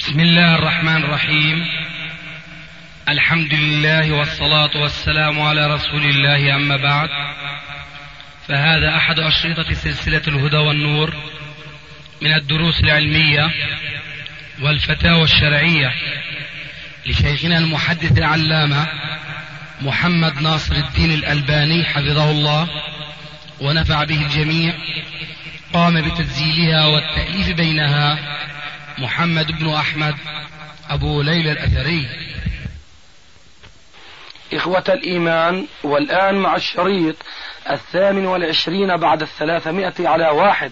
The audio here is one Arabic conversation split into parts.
بسم الله الرحمن الرحيم. الحمد لله والصلاة والسلام على رسول الله، أما بعد، فهذا أحد أشرطة سلسلة الهدى والنور من الدروس العلمية والفتاوى الشرعية لشيخنا المحدث العلامة محمد ناصر الدين الألباني حفظه الله ونفع به الجميع. قام بتسجيلها والتأليف بينها محمد بن أحمد أبو ليلى الأثري. إخوة الإيمان، والآن مع الشريط 28 بعد 300 على 1.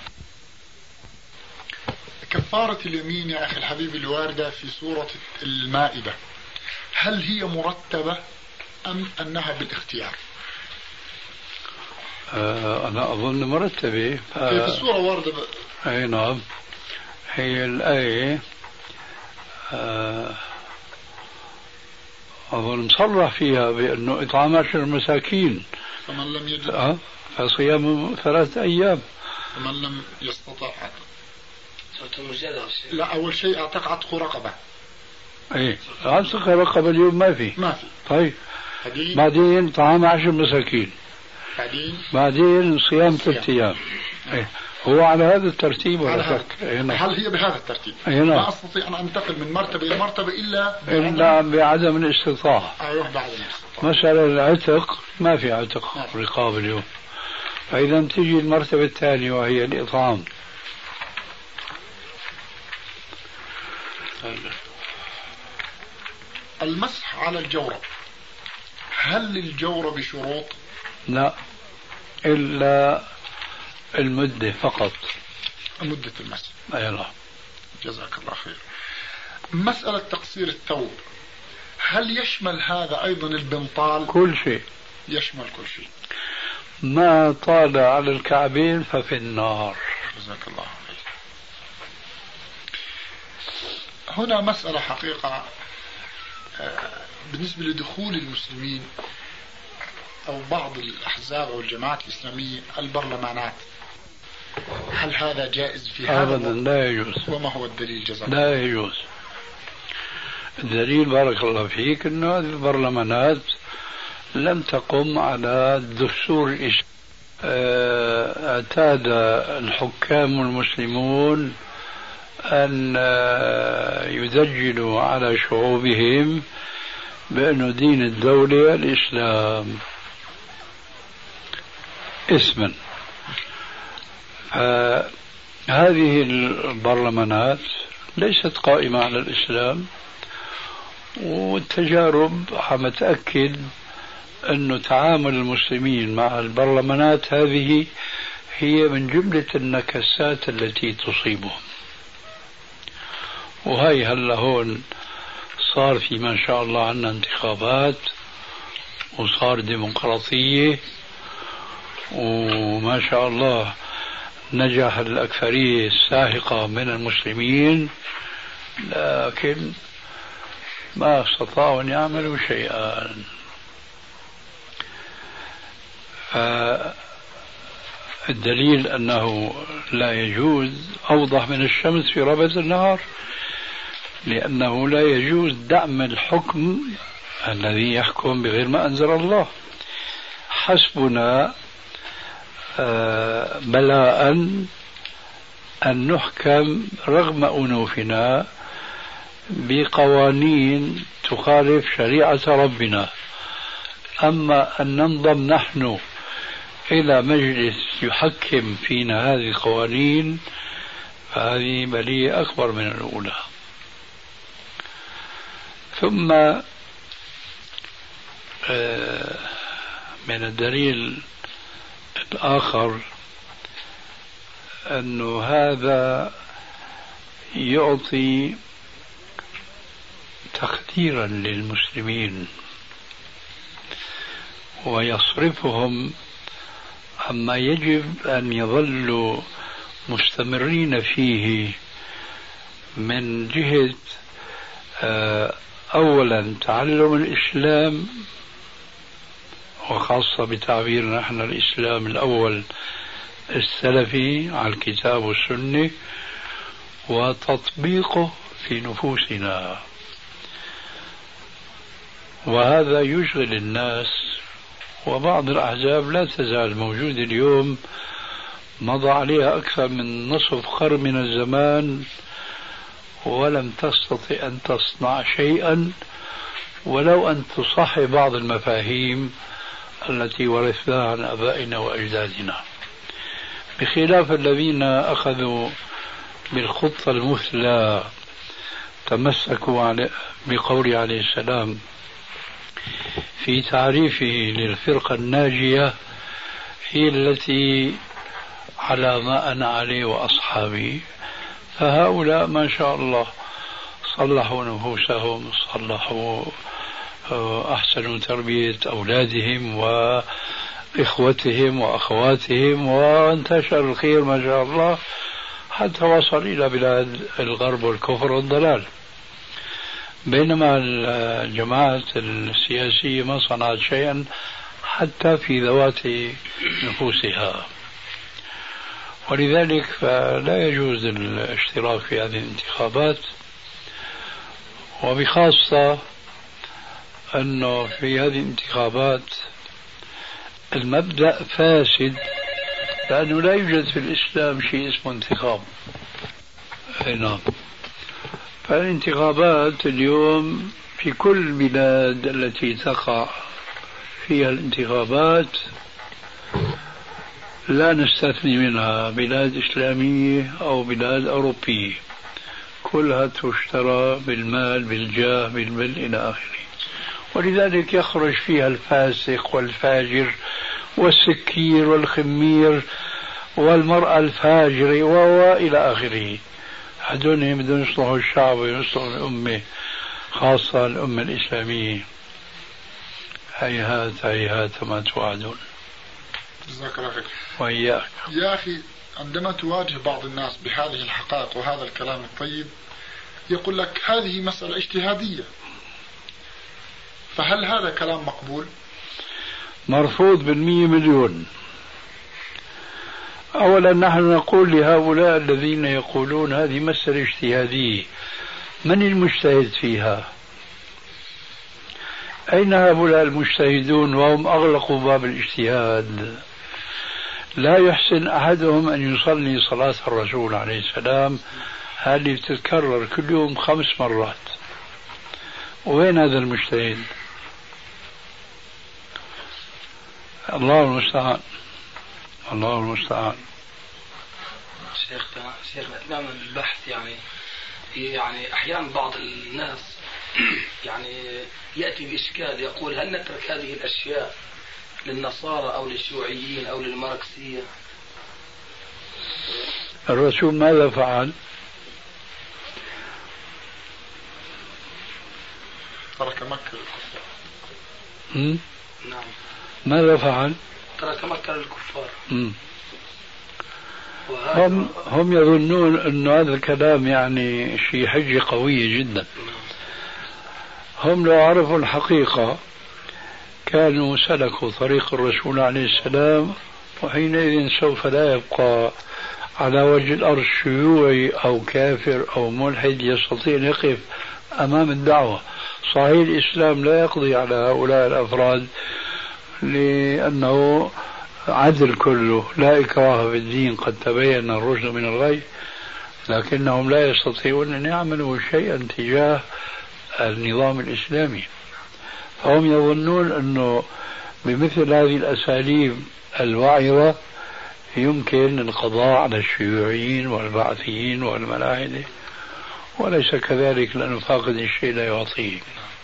كفارة اليمين يا أخي الحبيب الواردة في سورة المائدة، هل هي مرتبة أم أنها بالاختيار؟ أنا أظن مرتبة. في السورة واردة أي نعم، هي الآية أظن مصرح فيها بأنه إطعام 10 مساكين، فمن لم يجد فصيام 3 أيام، فمن لم يستطع. لا، أول شيء أعتق عتق رقبة. أي عتق رقبة اليوم ما في. طيب بعدين طعام 10 مساكين، بعدين صيام 3 أيام. هو على هذا الترتيب ولا شك؟ هل هي بهذا الترتيب؟ لا أستطيع أن أنتقل من مرتبة إلى مرتبة إلا بعدم الاستطاعة. بعدم الاستطاعة. مثلا العتق ما في عتق رقاب اليوم، فإذا تجي المرتبة الثانية وهي الإطعام. المسح على الجورب، هل للجورب شروط؟ لا، إلا المدة فقط، مدة المسح. أي نعم. جزاك الله خير. مسألة تقصير الثوب، هل يشمل هذا أيضا البنطال؟ كل شيء، يشمل كل شيء. ما طال على الكعبين ففي النار. جزاك الله خير. هنا مسألة حقيقة بالنسبة لدخول المسلمين أو بعض الأحزاب أو الجماعات الإسلامية البرلمانات، هل هذا جائز في هذا؟ أبدا لا يجوز. وما هو الدليل؟ جزاك لا يجوز. الدليل بارك الله فيك أنه هذه البرلمانات لم تقم على دستور الإسلام. اعتاد الحكام المسلمون أن يدجلوا على شعوبهم بأن دين الدولة الإسلام اسما. هذه البرلمانات ليست قائمة على الإسلام، والتجارب متأكد أن تعامل المسلمين مع البرلمانات هذه هي من جملة النكسات التي تصيبهم. وهي هلا هون صار في ما شاء الله عنا انتخابات وصار ديمقراطية، وما شاء الله نجح الأكثرية الساحقة من المسلمين، لكن ما استطاعوا أن يعملوا شيئا. الدليل أنه لا يجوز أوضح من الشمس في ربة النهار، لأنه لا يجوز دعم الحكم الذي يحكم بغير ما أنزل الله. حسبنا بلاء أن نحكم رغم أنوفنا بقوانين تخالف شريعة ربنا، أما أن ننضم نحن إلى مجلس يحكم فينا هذه القوانين فهذه بلية أكبر من الأولى. ثم من الدليل الآخر أنه هذا يعطي تقديرا للمسلمين ويصرفهم عما يجب أن يظلوا مستمرين فيه من جهة أولا تعلم الإسلام، وخاصة بتعبير نحن الإسلام الأول السلفي على الكتاب والسنة، وتطبيقه في نفوسنا، وهذا يشغل الناس. وبعض الأحزاب لا تزال موجودة اليوم، مضى عليها أكثر من نصف قرن من الزمان ولم تستطع أن تصنع شيئا ولو أن تصحح بعض المفاهيم التي ورثناها عن آبائنا وأجدادنا، بخلاف الذين أخذوا بالخطة المثلى، تمسكوا بقول عليه السلام في تعريفه للفرقة الناجية: هي التي على ما أنا عليه وأصحابي. فهؤلاء ما شاء الله صلحوا نفوسهم، صلحوا، أحسنوا تربية أولادهم وإخوتهم وأخواتهم، وانتشر الخير ما شاء الله حتى وصل إلى بلاد الغرب والكفر والضلال. بينما الجماعات السياسية ما صنعت شيئا حتى في ذوات نفوسها. ولذلك فلا يجوز الاشتراك في هذه الانتخابات، وبخاصة أنه في هذه الانتخابات المبدأ فاسد، لأنه لا يوجد في الإسلام شيء اسمه انتخاب. نعم. فالانتخابات اليوم في كل البلاد التي تقع فيها الانتخابات، لا نستثني منها بلاد إسلامية أو بلاد أوروبية، كلها تشترى بالمال بالجاه بالمال إلى آخره. ولذلك يخرج فيها الفاسق والفاجر والسكير والخمير والمرأة الفاجرة وإلى آخره. هذول بدهم يصلحوا الشعب ويصلحوا الأمة، خاصة الأمة الإسلامية. هيهات هيهات ما توعدون. جزاك الله خير. وإياك. يا أخي، عندما تواجه بعض الناس بهذه الحقائق وهذا الكلام الطيب، يقول لك هذه مسألة اجتهادية، فهل هذا كلام مقبول؟ مرفوض بالمية مليون. أولا نحن نقول لهؤلاء الذين يقولون هذه مسألة اجتهادية: من المجتهد فيها؟ أين هؤلاء المجتهدون وهم أغلقوا باب الاجتهاد؟ لا يحسن أحدهم أن يصلي صلاة الرسول عليه السلام هذه بتتكرر كل يوم 5 مرات. وين هذا المجتهد؟ الله المستعان، الله المستعان. شيخنا أثناء البحث يعني أحيانا بعض الناس يعني يأتي بإشكال، يقول: هل نترك هذه الأشياء للنصارى أو للشيوعيين أو للماركسية؟ الرسول ماذا فعل؟ ترك مكة للكفار. نعم. ماذا فعل؟ ترك مكة للكفار. هم يظنون أن هذا الكلام يعني شيء حجة قوية جدا. هم لو عرفوا الحقيقة كانوا سلكوا طريق الرسول عليه السلام، وحينئذ سوف لا يبقى على وجه الأرض شيوعي أو كافر أو ملحد يستطيع أن يقف أمام الدعوة. صحيح الإسلام لا يقضي على هؤلاء الأفراد لأنه عدل كله، لا إكراه في الدين، قد تبين الرشد من الغي، لكنهم لا يستطيعون أن يعملوا شيئا تجاه النظام الإسلامي. فهم يظنون أنه بمثل هذه الأساليب الوعرة يمكن القضاء على الشيوعيين والبعثيين والملاحدة، وليس كذلك، لأنه فاقد الشيء لا يعطيه.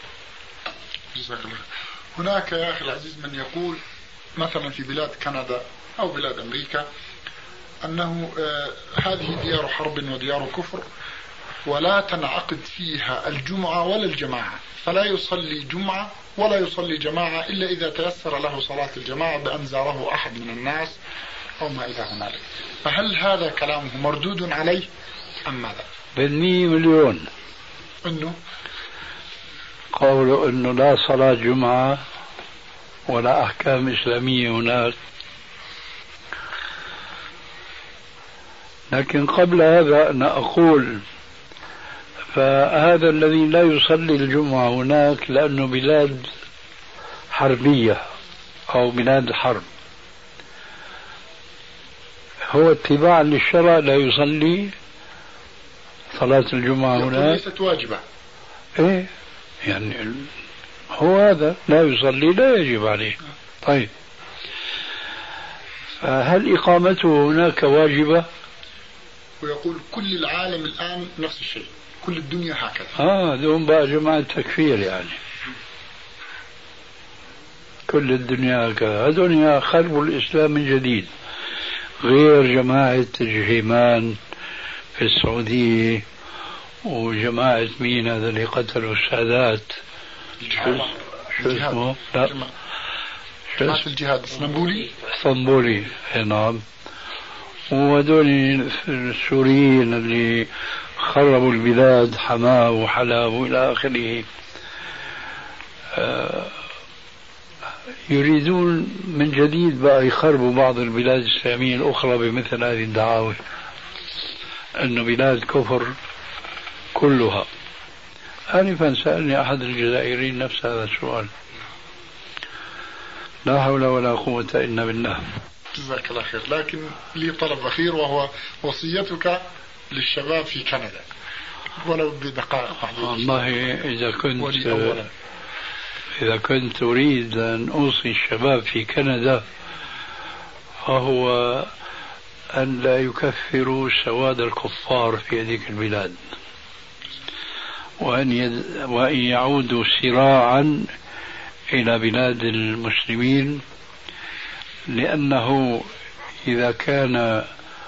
هناك يا أخي العزيز من يقول مثلا في بلاد كندا أو بلاد أمريكا أنه هذه ديار حرب وديار كفر، ولا تنعقد فيها الجمعة ولا الجماعة، فلا يصلي جمعة ولا يصلي جماعة إلا إذا تيسر له صلاة الجماعة بأن زاره أحد من الناس أو ما إلى هنالك. فهل هذا كلامه مردود عليه أم ماذا؟ بالمية مليون. إنه قولوا إنه لا صلاة جمعة ولا أحكام إسلامية هناك. لكن قبل هذا أنا أقول فهذا الذي لا يصلي الجمعة هناك لأنه بلاد حربية أو بلاد حرب، هو اتباعا للشرع لا يصلي صلاة الجمعة هناك، ليست واجبة. إيه يعني هو هذا لا يصلي لا يجب عليه. طيب فهل إقامته هناك واجبة؟ ويقول كل العالم الآن نفس الشيء، كل الدنيا هكذا. دون بقى جماعة تكفير يعني كل الدنيا هكذا، هذول خربوا الإسلام من جديد، غير جماعة جهيمان في السعودية وجماعة مين هذا اللي قتلوا السادات شو اسمه؟ لا جماعة الجهاد الاسطنبولي. نعم. وهذول السوريين اللي خربوا البلاد، حماه وحلب وإلى آخره، يريدون من جديد بقى يخربوا بعض البلاد الإسلامية الأخرى بمثل هذه الدعاوى أنه بلاد كفر كلها. آنفا سألني أحد الجزائريين نفس هذا السؤال. لا حول ولا قوة إلا بالله. جزاك الله خير. لكن لي طلب أخير وهو وصيتك للشباب في كندا ولو بدقائق. والله إذا كنت أريد أن أوصي الشباب في كندا فهو أن لا يكفروا سواد الكفار في هذه البلاد، وأن يعودوا سراعا إلى بلاد المسلمين، لأنه إذا كان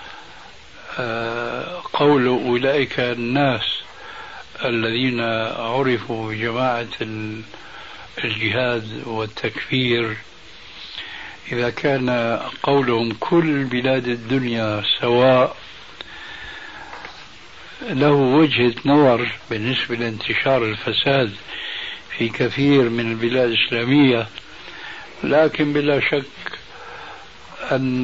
قول أولئك الناس الذين عرفوا بجماعة الجهاد والتكفير، إذا كان قولهم كل بلاد الدنيا سواء، له وجهة نظر بالنسبة لانتشار الفساد في كثير من البلاد الإسلامية، لكن بلا شك أن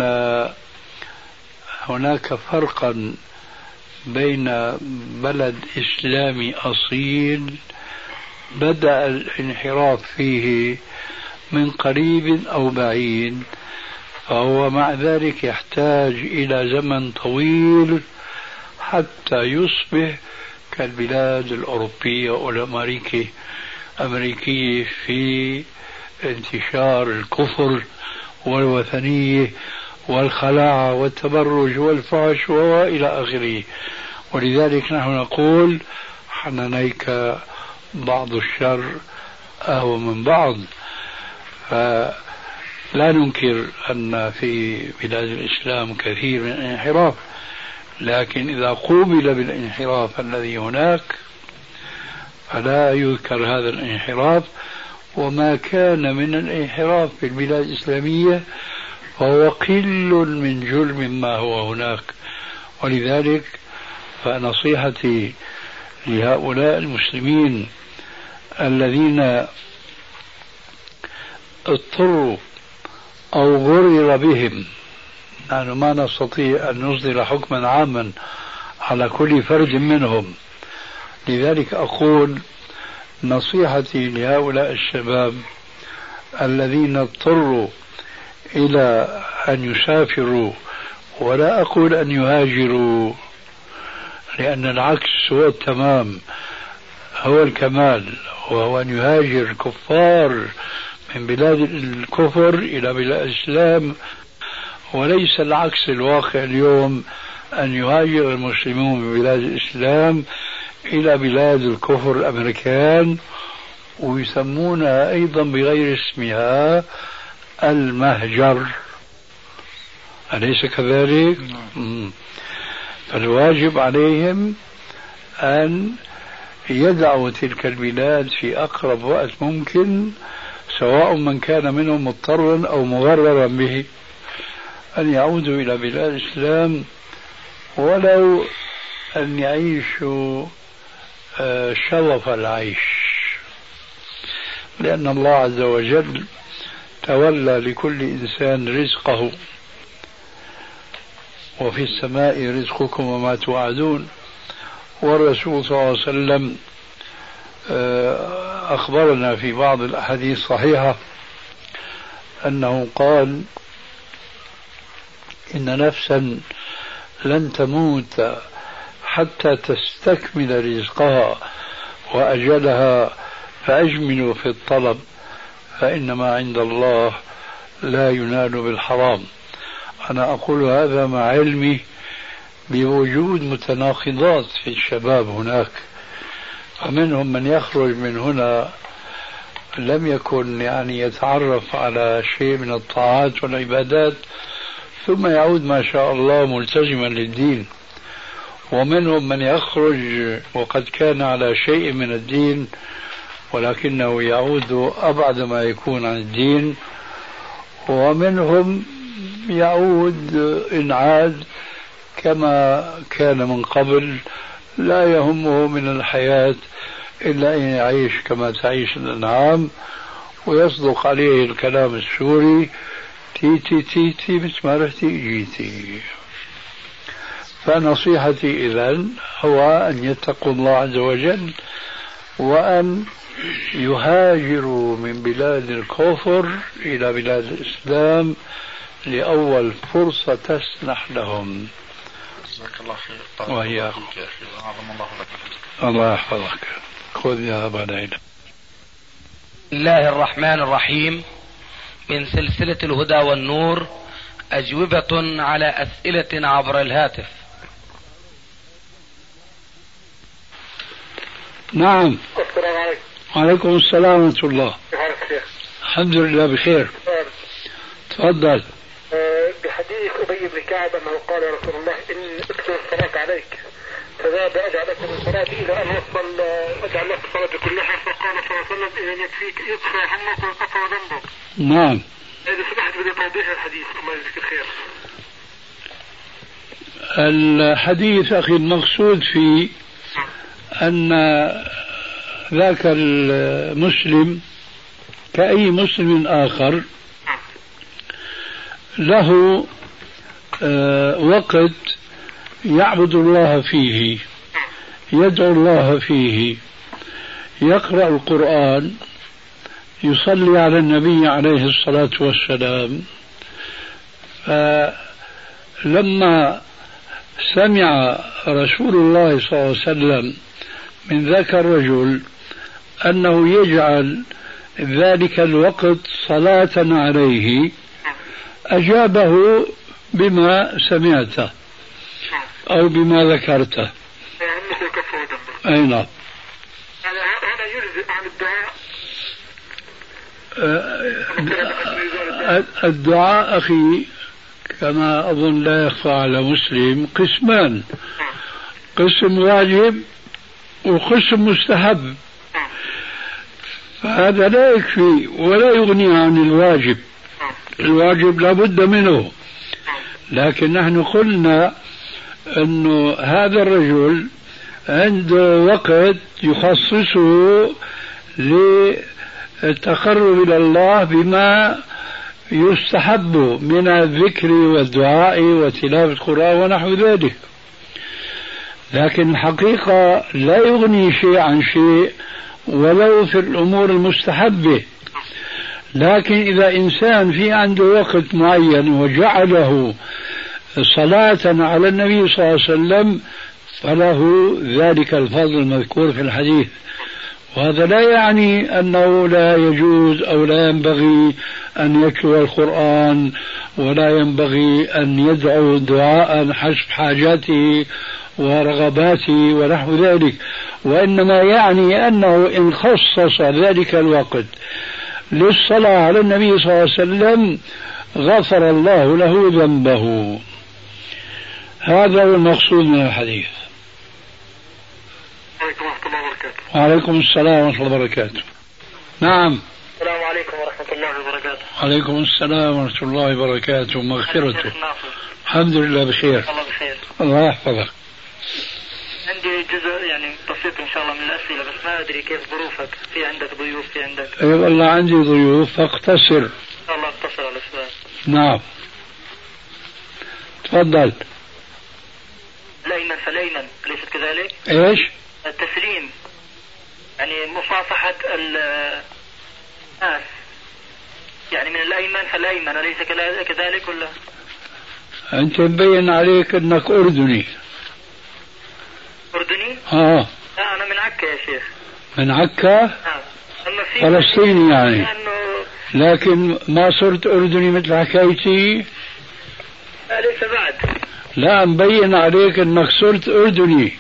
هناك فرقا بين بلد إسلامي أصيل بدأ الانحراف فيه من قريب أو بعيد، فهو مع ذلك يحتاج إلى زمن طويل حتى يصبح كالبلاد الأوروبية والأمريكية في انتشار الكفر والوثنية والخلاعة والتبرج والفحش وإلى آخره. ولذلك نحن نقول حنانيك بعض الشر أهون من بعض. فلا ننكر أن في بلاد الإسلام كثير من الانحراف، لكن إذا قوبل بالانحراف الذي هناك فلا يذكر هذا الانحراف، وما كان من الانحراف في البلاد الإسلامية فهو قل من جرم ما هو هناك. ولذلك فنصيحتي لهؤلاء المسلمين الذين اضطروا أو غرر بهم، نحن ما نستطيع أن نصدر حكما عاما على كل فرد منهم، لذلك أقول نصيحتي لهؤلاء الشباب الذين اضطروا إلى أن يسافروا، ولا أقول أن يهاجروا لأن العكس هو التمام، هو الكمال، وهو أن يهاجر الكفار من بلاد الكفر إلى بلاد الإسلام، وليس العكس الواقع اليوم أن يهاجر المسلمون من بلاد الإسلام إلى بلاد الكفر الأمريكان، ويسمونها أيضا بغير اسمها المهجر، أليس كذلك؟ فالواجب عليهم أن يدعوا تلك البلاد في أقرب وقت ممكن، سواء من كان منهم مضطرا أو مغررا به، أن يعودوا إلى بلاد الإسلام ولو أن يعيشوا شرف العيش، لأن الله عز وجل تولى لكل إنسان رزقه، وفي السماء رزقكم وما توعدون، والرسول صلى الله عليه وسلم أخبرنا في بعض الأحاديث الصحيحة أنه قال إن نفسا لن تموت حتى تستكمل رزقها وأجلها فأجملوا في الطلب فإن ما عند الله لا ينال بالحرام. أنا أقول هذا مع علمي بوجود متناقضات في الشباب هناك، فمنهم من يخرج من هنا لم يكن يتعرف على شيء من الطاعات والعبادات ثم يعود ما شاء الله ملتزما للدين، ومنهم من يخرج وقد كان على شيء من الدين ولكنه يعود أبعد ما يكون عن الدين، ومنهم يعود إن عاد كما كان من قبل لا يهمه من الحياة إلا أن يعيش كما تعيش الأنعام، ويصدق عليه الكلام السوري تيتي تيتي مثل ما رحتي جيتي. فنصيحتي إذن هو أن يتقوا الله عز وجل وأن يهاجروا من بلاد الكفر إلى بلاد الإسلام لأول فرصة تسنح لهم. جزاك الله خير. وإياكم. أعظم الله لك. الله يحفظك. خذ يا أبا ليلى. بسم الله الرحمن الرحيم. من سلسلة الهدى والنور أجوبة على أسئلة عبر الهاتف. نعم. السلام عليكم. وعليكم السلام ورحمة الله. كيف حالك شيخ؟ الحمد لله بخير. تفضل. بحديث أبي بن كعب أنه قال يا رسول الله إن أكثر الصلاة عليك فذهب أجعل لك من الصلاة إلى أن وصل أجعل لك الصلاة كلها، فقال صلى الله عليه وسلم إذا يكفيك يكفى همك ويكفى ذنبك. نعم. إذا سمحت بدي توضيح الحديث الله يجزيك الخير. الحديث أخي المقصود فيه أن ذاك المسلم كأي مسلم آخر له وقت يعبد الله فيه، يدعو الله فيه، يقرأ القرآن، يصلي على النبي عليه الصلاة والسلام. فلما سمع رسول الله صلى الله عليه وسلم من ذاك الرجل أنه يجعل ذلك الوقت صلاة عليه أجابه بما سمعته أو بما ذكرته. أي نعم. هذا يجزئ عن الدعاء. الدعاء أخي كما أظن لا يخفى على مسلم قسمان، قسم واجب وقسم مستحب، فهذا لا يكفي ولا يغني عن الواجب. الواجب لا بد منه، لكن نحن قلنا أنه هذا الرجل عنده وقت يخصصه للتقرب إلى الله بما يستحب من الذكر والدعاء وتلاوة القرآن ونحو ذلك، لكن الحقيقة لا يغني شيء عن شيء ولو في الأمور المستحبة. لكن إذا إنسان في عنده وقت معين وجعله صلاة على النبي صلى الله عليه وسلم فله ذلك الفضل المذكور في الحديث، وهذا لا يعني أنه لا يجوز أو لا ينبغي أن يتلو القرآن ولا ينبغي أن يدعو دعاء حسب حاجاته ورغباته ونحو ذلك، وإنما يعني أنه إن خصص ذلك الوقت للصلاة على النبي صلى الله عليه وسلم غفر الله له ذنبه. هذا هو المقصود من الحديث. عليكم ورحمة الله وبركاته. وعليكم السلام ورحمة الله وبركاته. نعم. السلام عليكم ورحمة الله وبركاته. وعليكم السلام ورحمة الله وبركاته ومغفرته. الحمد لله بخير. الله بخير. الله يحفظك. عندي جزء بسيط إن شاء الله من الأسئلة، بس ما أدري كيف ظروفك، في عندك ضيوف، في عندك. أي والله عندي ضيوف فاقتصر. الله اقتصر على السؤال. نعم. تفضل. لا الأيمن فالأيمن، أليست كذلك؟ إيش؟ التسليم يعني مصافحة الناس يعني من الأيمن فالأيمن، أليس كذلك ولا؟ أنت مبين عليك أنك أردني. أردني؟ لا أنا من عكا يا شيخ. من عكا؟ فلسطيني يعني. لكن ما صرت أردني مثل حكايتي؟ ليس بعد. لا، مبين عليك أنك صرت أردني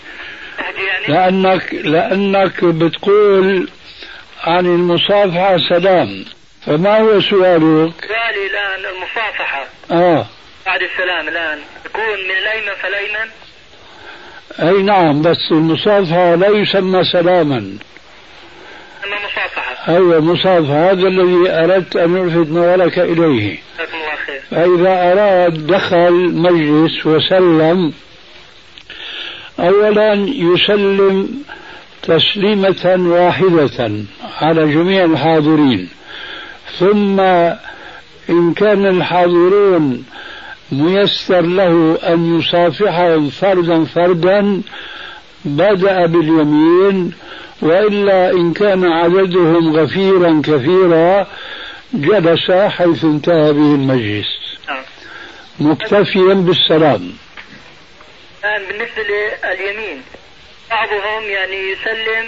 لأنك بتقول عن المصافحة سلام. فما هو سؤالك؟ سؤالي الآن المصافحة بعد السلام الآن تكون من الأيمن فالأيمن؟ أي نعم، بس المصافحة لا يسمى سلاما، أما مصافحة. أيوة مصافحة، هذا الذي أردت أن ألفت نظرك إليه. فإذا أراد دخل مجلس وسلم، أولا يسلم تسليمة واحدة على جميع الحاضرين، ثم إن كان الحاضرون ميسر له أن يصافحهم فردا فردا بدأ باليمين، وإلا إن كان عددهم غفيرا كثيرا جلس حيث انتهى به المجلس مكتفيا بالسلام. الآن بالنسبة لليمين بعضهم يعني يسلم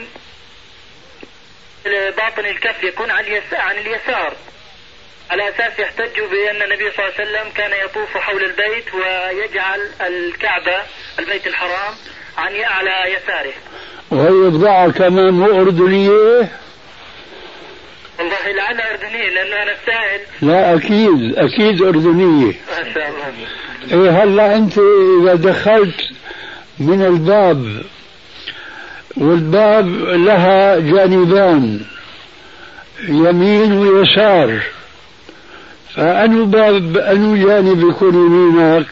باطن الكف يكون عن اليسار على أساس يحتجوا بأن النبي صلى الله عليه وسلم كان يطوف حول البيت ويجعل الكعبة البيت الحرام على يساره. وهي بضاعة كمان مو أردنية؟ والله لعلها أردنية لأنه أنا السائل. لا أكيد أردنية. ما شاء الله. إيه هلا أنت إذا دخلت من الباب والباب لها جانبان يمين ويسار، فأنو جانب يكون يمينك؟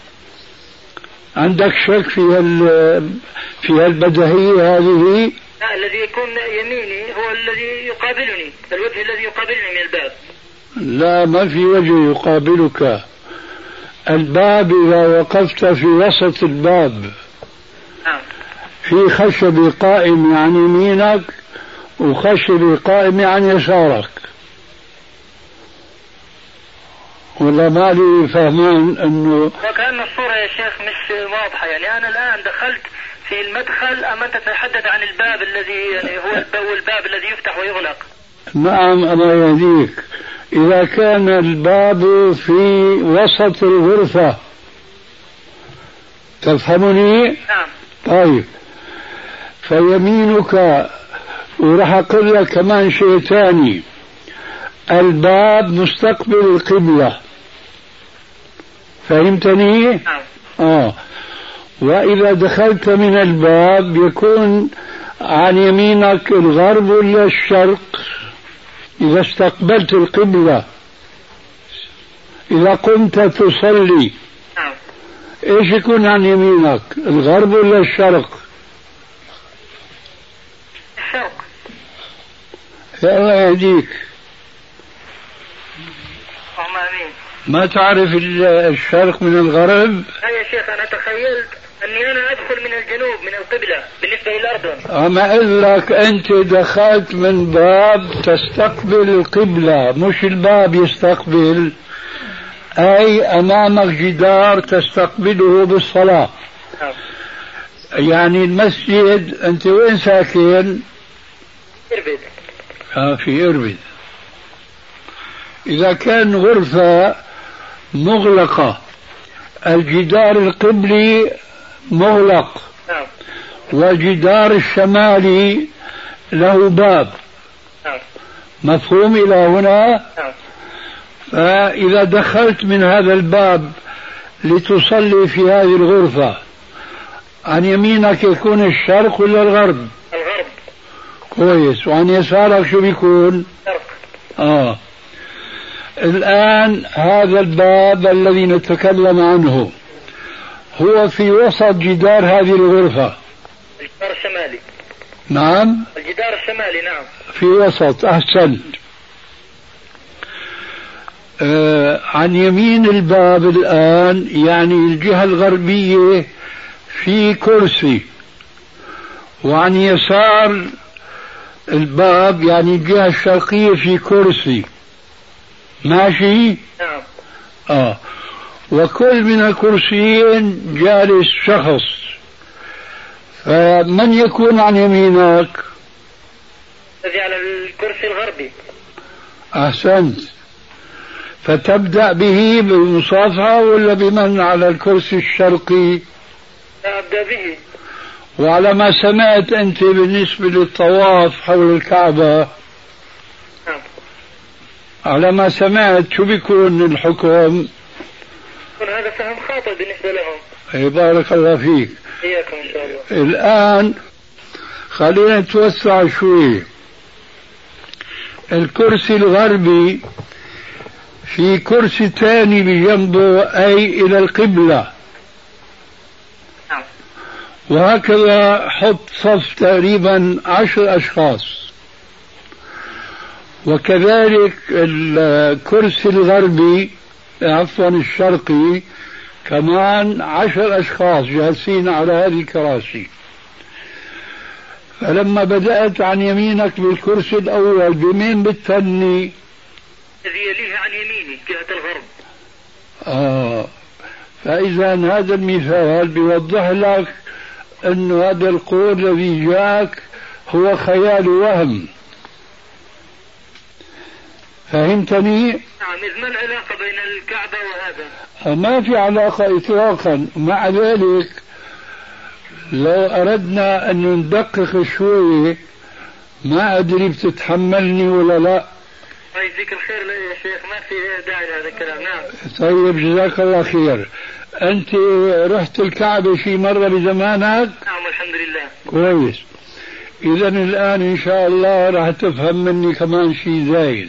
عندك شك في هالبديهية هذه؟ لا، الذي يكون يميني هو الذي يقابلني، الوجه الذي يقابلني من الباب. لا، ما في وجه يقابلك. الباب إذا وقفت في وسط الباب في خشب قائم عن يمينك وخشب قائم عن يسارك، ولا ما لي فهمان أنه وكأن الصورة يا شيخ مش واضحة. يعني أنا الآن دخلت في المدخل أما أنت تتحدث عن الباب الذي يعني هو الباب الذي يفتح ويغلق. نعم الله يهديك، إذا كان الباب في وسط الغرفة تفهمني؟ نعم. طيب، فيمينك، وراح أقول لك كمان شيء ثاني، الباب مستقبل القبلة، فهمتني؟ نعم. وإذا دخلت من الباب يكون عن يمينك الغرب ولا الشرق؟ إذا استقبلت القبلة إذا قمت تصلي إيش يكون عن يمينك، الغرب ولا الشرق؟ الشرق. يا الله يهديك. آمين. ما تعرف الشرق من الغرب؟ لا يا شيخ، أنا تخيلت أني أنا أدخل من الجنوب من القبلة بالنسبة للأردن. أما أقول لك أنت دخلت من باب تستقبل القبلة، مش الباب يستقبل، أي أمامك جدار تستقبله بالصلاة. يعني المسجد، أنت وين ساكن؟ إربد. في إربد. إذا كان غرفة مغلقة الجدار القبلي مغلق والجدار الشمالي له باب، مفهوم إلى هنا؟ فإذا دخلت من هذا الباب لتصلي في هذه الغرفة عن يمينك يكون الشرق ولا الغرب؟ الغرب. كويس. وعن يسارك شو بيكون؟ الشرق. الآن هذا الباب الذي نتكلم عنه هو في وسط جدار هذه الغرفة. الجدار الشمالي. نعم. الجدار الشمالي. نعم. في وسط. أحسن. عن يمين الباب الآن يعني الجهة الغربية في كرسي، وعن يسار الباب يعني الجهة الشرقية في كرسي، ماشي؟ نعم. وكل من الكرسيين جالس شخص، فمن يكون عن يمينك؟ الذي على الكرسي الغربي. أحسنت. فتبدأ به بالمصافحة ولا بمن على الكرسي الشرقي؟ لا، أبدأ به. وعلى ما سمعت أنت بالنسبة للطواف حول الكعبة، نعم. على ما سمعت شو بيكون الحكم؟ يكون هذا فهم خاطئ بالنسبة لهم. بارك الله فيك. إياكم إن شاء الله. الآن خلينا نتوسع شوي. الكرسي الغربي في كرسي ثاني بجنبه أي إلى القبلة، نعم. وهكذا حط صف تقريبا 10 أشخاص، وكذلك الكرسي الغربي عفوا الشرقي كمان 10 أشخاص جالسين على هذه الكراسي. فلما بدأت عن يمينك بالكرسي الأول بمين بتثني؟ الذي يليه عن يميني جهة الغرب. فإذا هذا المثال بيوضح لك أن هذا القول الذي جاءك هو خيال وهم. فهمتني؟ نعم. إذ ما العلاقة بين الكعبة وهذا؟ ما في علاقة إطلاقا. مع ذلك لو أردنا أن ندقق شوي ما أدري بتتحملني ولا لا. طيب يجزيك الخير يا شيخ، ما في داعي لهذا الكلام. نعم. طيب جزاك الله خير. أنت رحت الكعبة شي مرة بزمانك؟ نعم والحمد لله. كويس. إذا الآن إن شاء الله راح تفهم مني كمان شي زايد.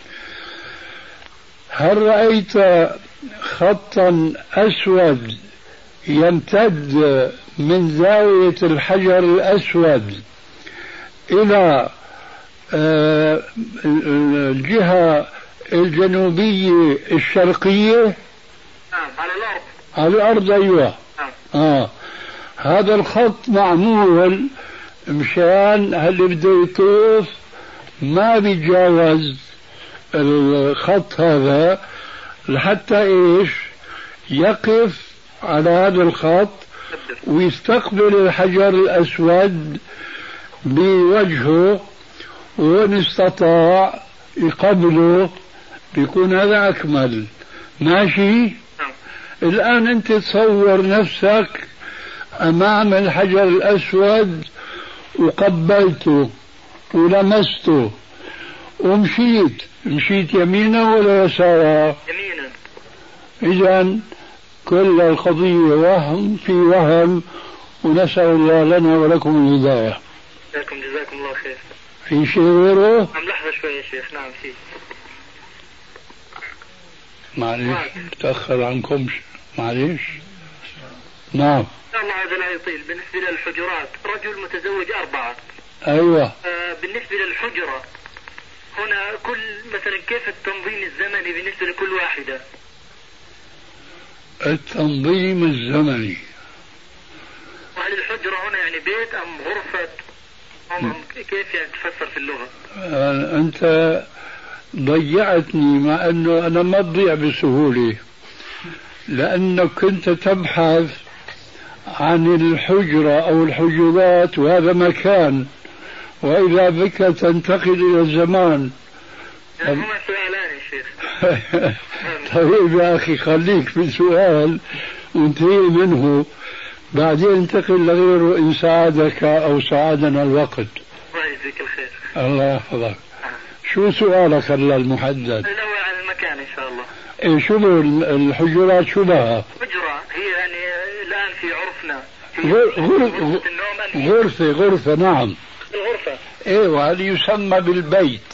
هل رأيت خطا أسود يمتد من زاوية الحجر الأسود إلى الجهة الجنوبية الشرقية؟ نعم. على الأرض. على الأرض. أيوة. نعم. هذا الخط معمول مشان اللي بده يطوف ما بيتجاوز الخط هذا لحتى ايش؟ يقف على هذا الخط ويستقبل الحجر الأسود بوجهه، وإن استطاع يقبله بيكون هذا أكمل. ماشي؟ الآن أنت تصور نفسك أمام الحجر الأسود وقبلته ولمسته ومشيت يمينا ولا يسارا؟ يمينا. إذن كل القضية وهم في وهم، ونسأل الله لنا ولكم الهداية. جزاكم الله خير. في شيء غيره؟ عم لحظة شوي يا شيخ. نعم في. معلش تأخر عنكم. معلش. نعم. الله هذا لا يطيل. بالنسبة للحجرات رجل متزوج 4. أيوة. بالنسبة للحجرة هنا كل مثلا كيف التنظيم الزمني بالنسبة لكل واحدة؟ التنظيم الزمني. وهل الحجرة هنا يعني بيت أم غرفة أم كيف يعني تفسر في اللغة؟ أنت ضيعتني، مع أنه أنا ما أضيع بسهولة، لأنك كنت تبحث عن الحجرة أو الحجرات وهذا مكان، وإذا بك تنتقل إلى الزمان. هما سؤالان يا شيخ. طيب يا أخي خليك في سؤال وانتهي منه، بعدين انتقل لغيره إن ساعدك أو ساعدنا الوقت. الله يجزيك الخير. الله يحفظك. شو سؤالك هلا المحدد؟ الأول عن المكان إن شاء الله. إيه شو الحجرات شو بها؟ حجرة هي يعني الآن في عرفنا غرفة. نعم. الغرفة. إيه، وهذا يسمى بالبيت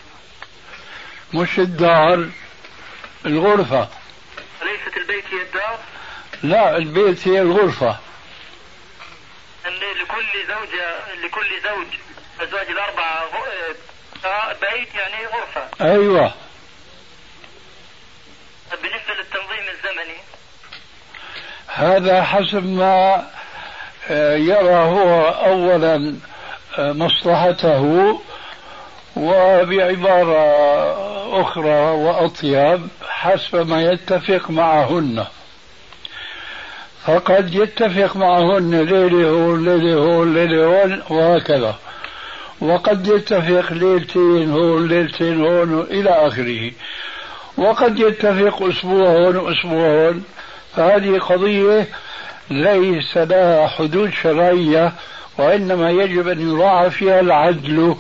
مش الدار. الغرفة. أليست البيت هي الدار؟ لا، البيت هي الغرفة. لكل زوج أزواج 4 بيت يعني غرفة. أيوة. بالنسبة للتنظيم الزمني هذا حسب ما يرى هو أولا مصلحته، وبعبارة أخرى وأطيب حسب ما يتفق معهن. فقد يتفق معهن ليلة هون ليلة هون ليلة هون وهكذا، وقد يتفق ليلتين هون ليلتين هون إلى آخره، وقد يتفق أسبوع هون وأسبوع هون. فهذه قضية ليس لها حدود شرعية، وإنما يجب أن يراعى فيها العدل.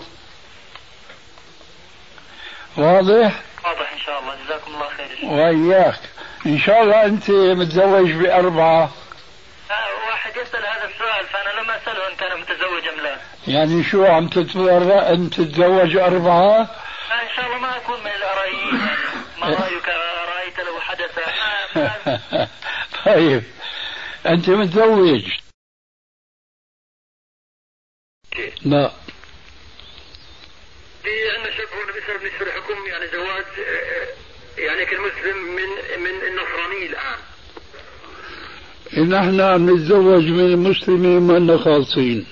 واضح؟ واضح إن شاء الله. جزاكم الله خير. وإياك. إن شاء الله أنت متزوج ب4. واحد يسأل هذا السؤال فأنا لم أسأله إن كان متزوج أم لا. يعني شو عم أن تتزوج 4؟ إن شاء الله ما أكون من الأرائيين. يعني ما رأيك رأيت لو حدث؟ طيب أنت متزوج؟ لا. عندنا شك هنا بالنسبة لحكم يعني زواج يعني كالمسلم من النصراني الآن. إن احنا نتزوج من المسلمين ما لنا خالصين.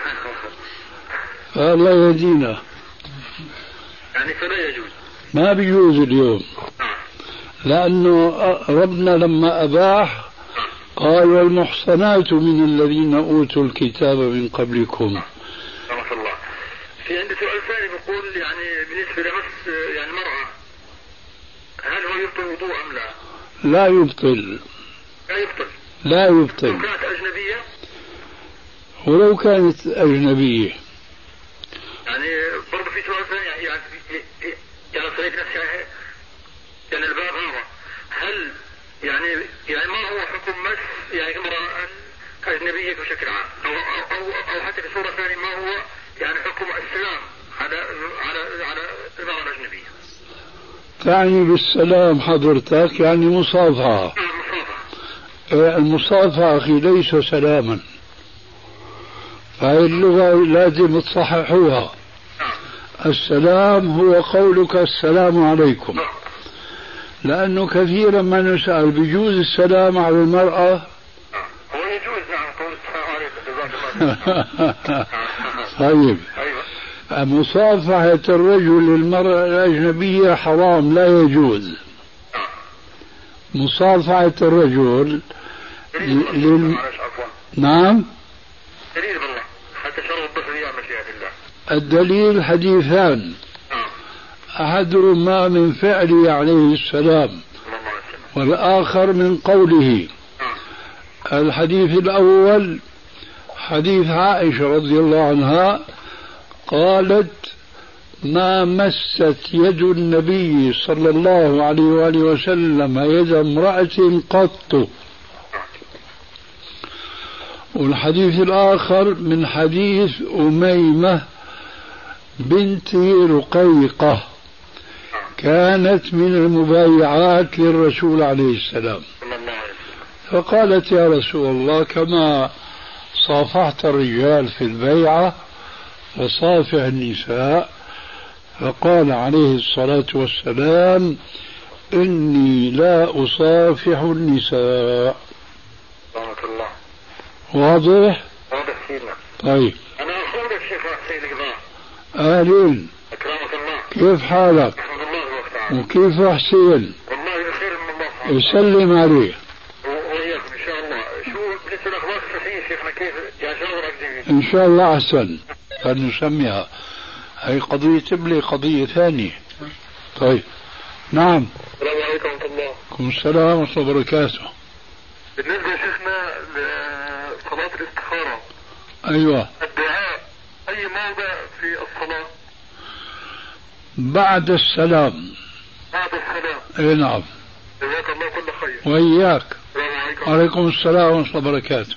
فالله يهدينا. يعني فلا يجوز. ما بيجوز اليوم. لأنه ربنا لما أباح قال والمحصنات من الذين أوتوا الكتاب من قبلكم. رحمة الله. في عندي سؤال ثاني بقول يعني بالنسبة لمس يعني المرأة، هل هو يبطل وضوء أم لا؟ لا يبطل. لا يبطل. لا يبطل. لو كانت أجنبية؟ ولو كانت أجنبية. يعني برضه في سؤال ثاني يعني صريت نفسي يعني الباب هذا، هل يعني ما هو حكم مس يعني امرأة أجنبية بشكل عام أو حتى في صورة ثانية ما هو يعني حكم السلام على المرأة الأجنبية؟ تعني بالسلام حضرتك يعني مصافحة. المصافحة أخي ليس سلاما، فهي اللغة لازم تصححوها. السلام هو قولك السلام عليكم، لأنه كثيرا ما نسأل بيجوز السلام على المرأة. هو يجوز نعم قول السلام عليكم. طيب مصافحة الرجل للمرأة الأجنبية حرام، لا يجوز. مصافحة الرجل نعم. دليل بالله حتى شرط الطفل يا مشيئة الله. الدليل حديثان، أحدهما من فعله عليه السلام والآخر من قوله. الحديث الأول حديث عائشة رضي الله عنها قالت ما مست يد النبي صلى الله عليه وآله وسلم يد امرأة قط. والحديث الآخر من حديث أميمة بنت رقيقة كانت من المبايعات للرسول عليه السلام، فقالت يا رسول الله كما صافحت الرجال في البيعة فصافح النساء. فقال عليه الصلاة والسلام إني لا أصافح النساء. واضح؟ واضح سيدنا. طيب أنا أخوك الشيخ حسين القضاء. أهلين، أكرمك الله. كيف حالك؟ الحمد لله وقتها. وكيف حسين؟ والله بخير من الله. يسلم عليه. وإياكم إن شاء الله. شو بالنسبة للأخبار الصحية شيخنا كيف يا شاور أقدم؟ إن شاء الله أحسن. فنسميها هي قضية تبلي قضية ثانية. طيب نعم. السلام عليكم ورحمة الله. وعليكم السلام ورحمة الله وبركاته. بالنسبة شيخنا لصلاة الاستخارة. أيوة. الدعاء أي موضع في الصلاة؟ بعد السلام. بعد السلام. أي نعم. جزاك الله كل خير. وإياك. السلام عليكم. وعليكم السلام ورحمة الله وبركاته.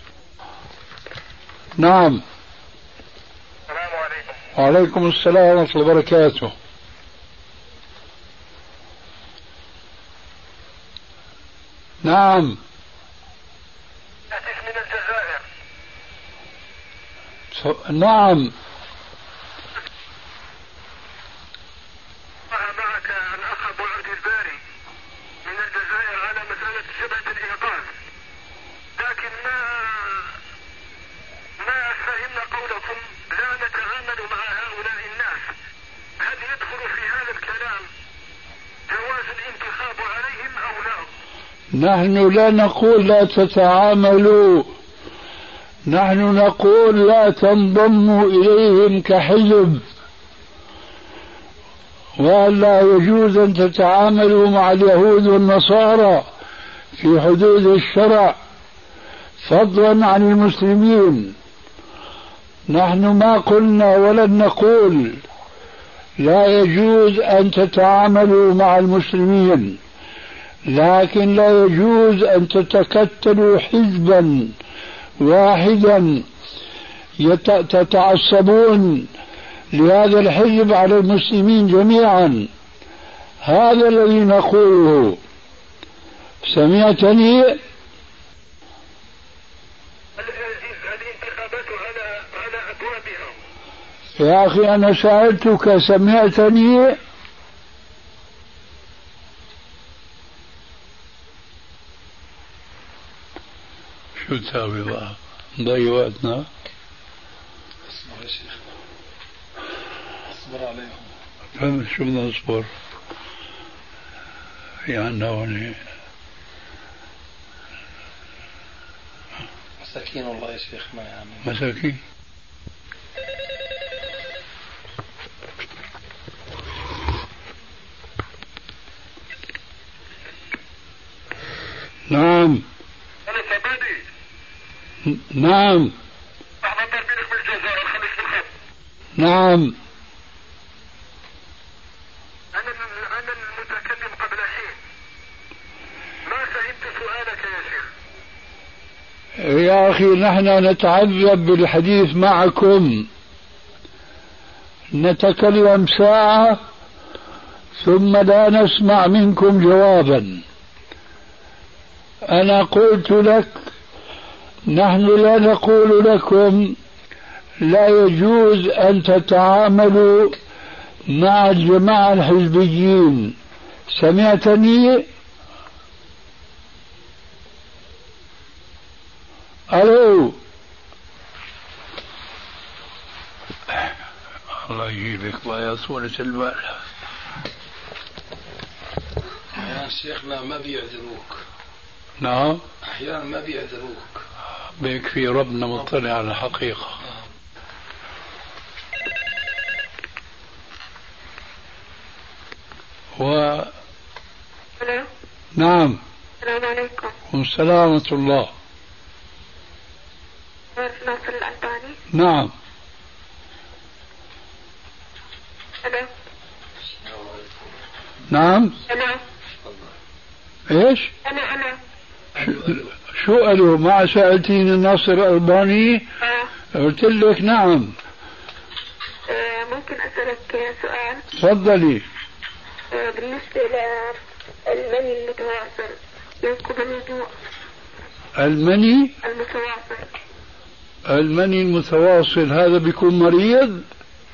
نعم. السلام عليكم. وعليكم السلام ورحمة الله وبركاته. نعم. من الجزائر. نعم. معك الأخ أبو عبد الباري من الجزائر على مسألة شبهة الإيقاظ، لكن نحن لا نقول لا تتعاملوا، نحن نقول لا تنضموا إليهم كحزب، ولا يجوز أن تتعاملوا مع اليهود والنصارى في حدود الشرع فضلا عن المسلمين. نحن ما قلنا ولن نقول لا يجوز أن تتعاملوا مع المسلمين، لكن لا يجوز أن تتكتلوا حزبا واحدا تتعصبون لهذا الحزب على المسلمين جميعا. هذا الذي نقوله. سمعتني؟ هذه انتخابات على أبوابها. يا أخي أنا سألتك سمعتني؟ شو تساوي بقى؟ نضيع وقتنا؟ اصبر يا شيخ، اصبر عليهم. فهم شو بدنا نصبر؟ في عنا هون مساكين والله يا شيخ، ما يعني مساكين. نعم أنا سبادي. نعم أحمد باربينك بالجزائر الخميس بالخط. نعم. أنا المتكلم قبل حين. ما فهمت سؤالك يا شيخ. يا أخي نحن نتعذب بالحديث معكم، نتكلم ساعة ثم لا نسمع منكم جوابا. أنا قلت لك نحن لا نقول لكم لا يجوز أن تتعاملوا مع الجماعة الحزبيين. سمعتني؟ ألو؟ الله يجيبك يا صورة البال. يا شيخنا ما بيعذروك. نعم أحيانا ما بيعذروك. بيكفي ربنا مطلع على الحقيقة. ألو. نعم. السلام عليكم. والسلام ورحمة الله. ناصر الألباني. نعم. ألو. نعم. ألو. ايش؟ أنا شو قالوا؟ ما سألتيني ناصر الألباني؟ قلت لك نعم. ممكن أسألك سؤال؟ تفضلي. بالنسبة للمني المتواصل ينقض الوضوء. المني المتواصل. المني المتواصل هذا بيكون مريض؟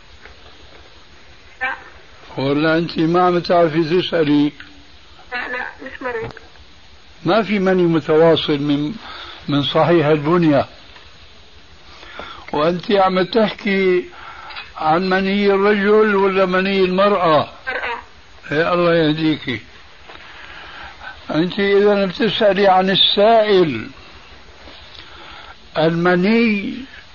لا. ولا أنت ما عم تعرفي تسألي؟ لا مش مريض. ما في مني متواصل من صحيح البنية. وأنت عم تحكي عن مني الرجل ولا مني المرأة؟ مرأة. يا الله يهديكي. أنت إذا بتسألي عن السائل المني،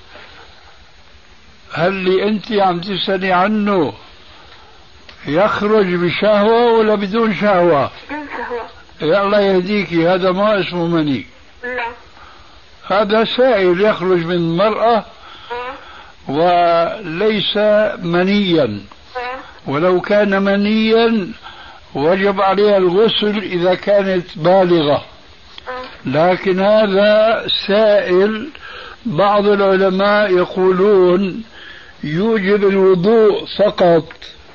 هل اللي أنت عم تسألي عنه يخرج بشهوة ولا بدون شهوة؟ بدون شهوة. يا الله يهديكي، هذا ما اسمه مني. لا. هذا سائل يخرج من المرأة وليس منيا، ولو كان منيا وجب عليها الغسل إذا كانت بالغة، لكن هذا سائل بعض العلماء يقولون يوجب الوضوء فقط،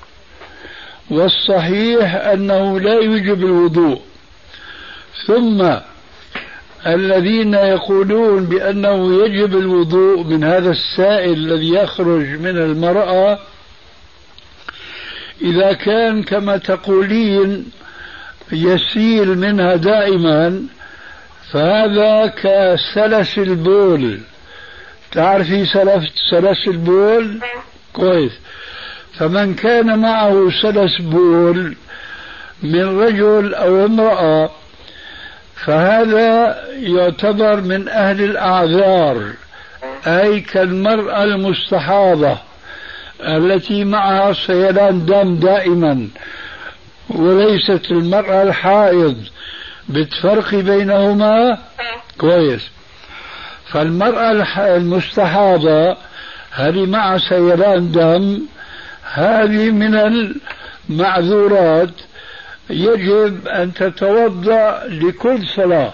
والصحيح أنه لا يوجب الوضوء. ثم الذين يقولون بأنه يجب الوضوء من هذا السائل الذي يخرج من المرأة إذا كان كما تقولين يسيل منها دائما، فهذا كسلس البول. تعرفي سلس البول؟ كويس. فمن كان معه سلس بول من رجل أو امرأة فهذا يعتبر من أهل الأعذار، أي كالمرأة المستحاضة التي معها سيلان دم دائما، وليست المرأة الحائض. بتفرق بينهما كويس. فالمرأة المستحاضة هذه مع سيلان دم، هذه من المعذورات، يجب أن تتوضأ لكل صلاة،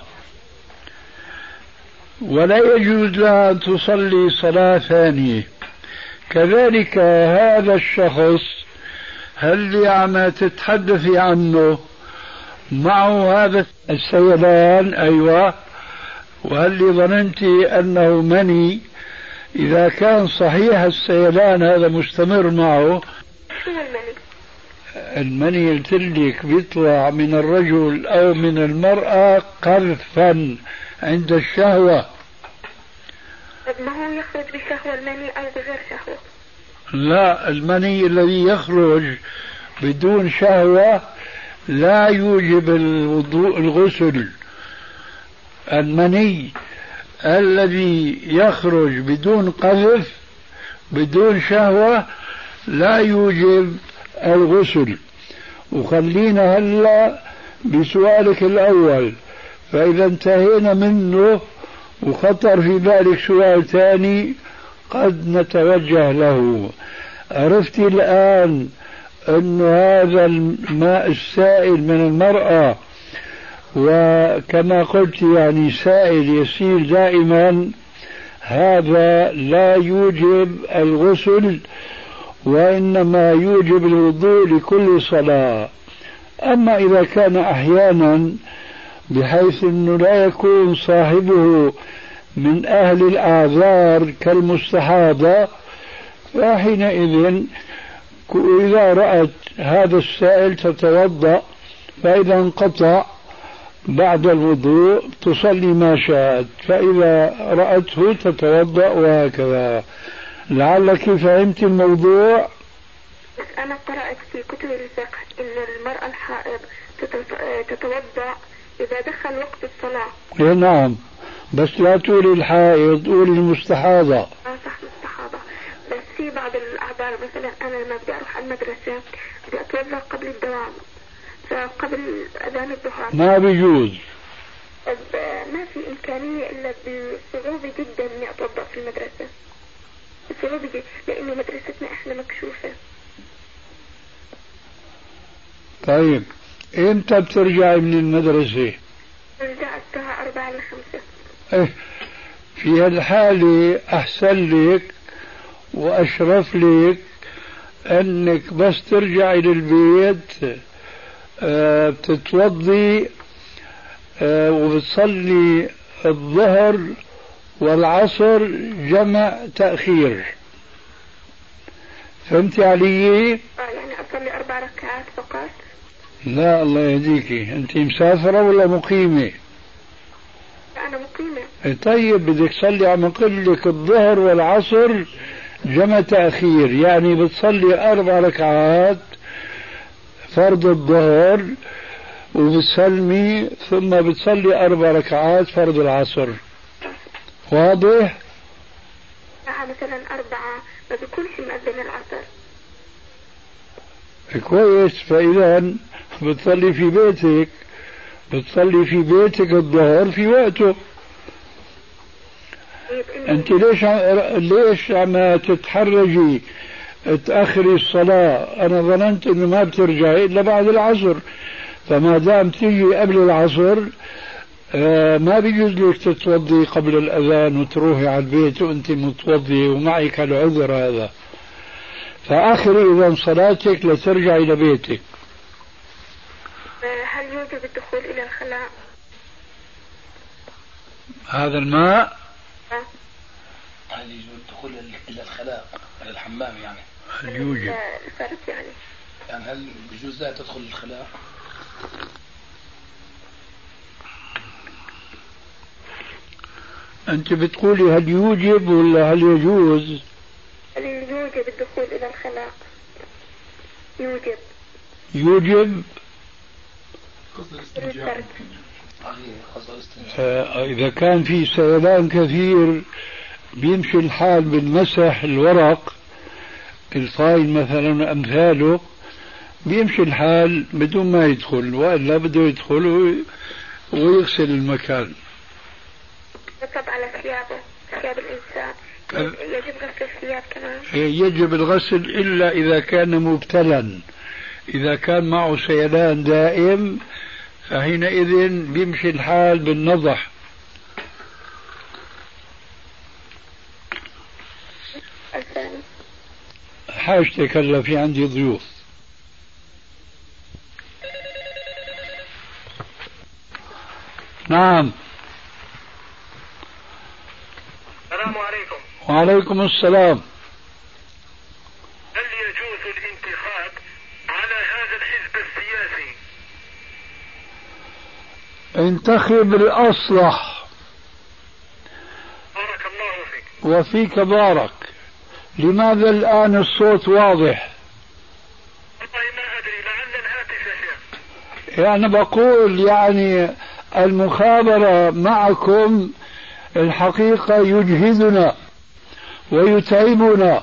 ولا يجوز لها أن تصلي صلاة ثانية. كذلك هذا الشخص هل عم تتحدثي عنه معه هذا السيلان؟ أيوة. وهل ظننتي أنه مني؟ إذا كان صحيح السيلان هذا مستمر معه. المني قلت لك بيطلع من الرجل أو من المرأة قذفا عند الشهوة. طب ما هو يخرج بشهوة المني أو بغير شهوة؟ لا، المني الذي يخرج بدون شهوة لا يوجب الوضوء الغسل. المني الذي يخرج بدون قذف بدون شهوة لا يوجب الغسل. وخلينا هلا بسؤالك الأول، فإذا انتهينا منه وخطر في بالك سؤال ثاني قد نتوجه له. عرفتي الآن أن هذا الماء السائل من المرأة، وكما قلت يعني سائل يسير دائما، هذا لا يوجب الغسل، وإنما يوجب الوضوء لكل صلاة. أما إذا كان أحيانا بحيث أنه لا يكون صاحبه من أهل الأعذار كالمستحاضة، فحينئذ إذا رأت هذا السائل تتوضأ، فإذا انقطع بعد الوضوء تصلي ما شاءت، فإذا رأته تتوضأ، وهكذا. لعلك فهمت الموضوع. أنا قرأت في كتب الفقه أن المرأة الحائض تتوضأ إذا دخل وقت الصلاة. نعم، بس لا تقولي الحائض، قولي المستحاضة. صح، مستحاضة. بس في بعض الأعذار، مثلا أنا لما بدي أروح على المدرسة بدي أتوضأ قبل الدوام، فقبل أذان الظهر ما بيجوز. ما في إمكانية إلا بصعوبة جدا إني أتوضأ في المدرسة، بصعوبة جدا، لأنه مدرستنا إحنا مكشوفة. طيب إمتى بترجعي من المدرسة؟ رجعت الساعة 4 ل 5. في هالحالة أحسن لك وأشرف لك أنك بس ترجعي للبيت بتتوضي وبتصلي الظهر والعصر جمع تأخير. فهمتي علي؟ يعني أصلي 4 ركعات فقط. لا، الله يهديكي، أنت مسافرة ولا مقيمة؟ أنا مقيمة. طيب بدك تصلي، عم أقول لك الظهر والعصر جمع تأخير، يعني بتصلي 4 ركعات فرض الظهر وبتسلمي، ثم بتصلي 4 ركعات فرض العصر. واضح؟ مثلا 4 ما بيكونش مؤذن العصر. كويس. فإذا بتصلي في بيتك، بتصلي في بيتك الظهر في وقته. انت ليش عم تتحرجي تأخري الصلاة؟ انا ظننت انه ما بترجعي الا بعد العصر، فما دام تيجي قبل العصر ما بيجوز لك تتوضي قبل الأذان وتروحي على البيت وأنت متوضي ومعك العذر هذا. فآخر إذا صلاتك لترجع إلى بيتك. هل يوجب الدخول إلى الخلاء؟ هذا الماء هل يجوز الدخول إلى الخلاء، إلى الحمام يعني؟ هل يوجب الفرد يعني هل بجوز لا تدخل الخلاء؟ أنت بتقولي هل يوجب ولا هل يجوز؟ هل يوجب الدخول إلى الخلاء؟ يوجب إذا كان في سيلان كثير بيمشي الحال بالمسح الورق الفايل مثلا أمثاله، بيمشي الحال بدون ما يدخل، وإلا بده يدخل ويغسل المكان. يطلب على ثيابه، ثياب الإنسان يجب غسل الثياب كمان؟ يجب الغسل إلا إذا كان مبتلا. إذا كان معه سيلان دائم فحينئذ بيمشي الحال بالنضح. حاجتك هلا في عندي ضيوف. نعم. السلام عليكم. وعليكم السلام. هل يجوز الانتخاب على هذا الحزب السياسي؟ انتخب الأصلح. بارك الله فيك. وفيك بارك. لماذا الآن الصوت واضح؟ والله ما أدري، لعل الهاتف يا شيخ. يعني بقول يعني المخابرة معكم الحقيقة يجهدنا ويتعبنا،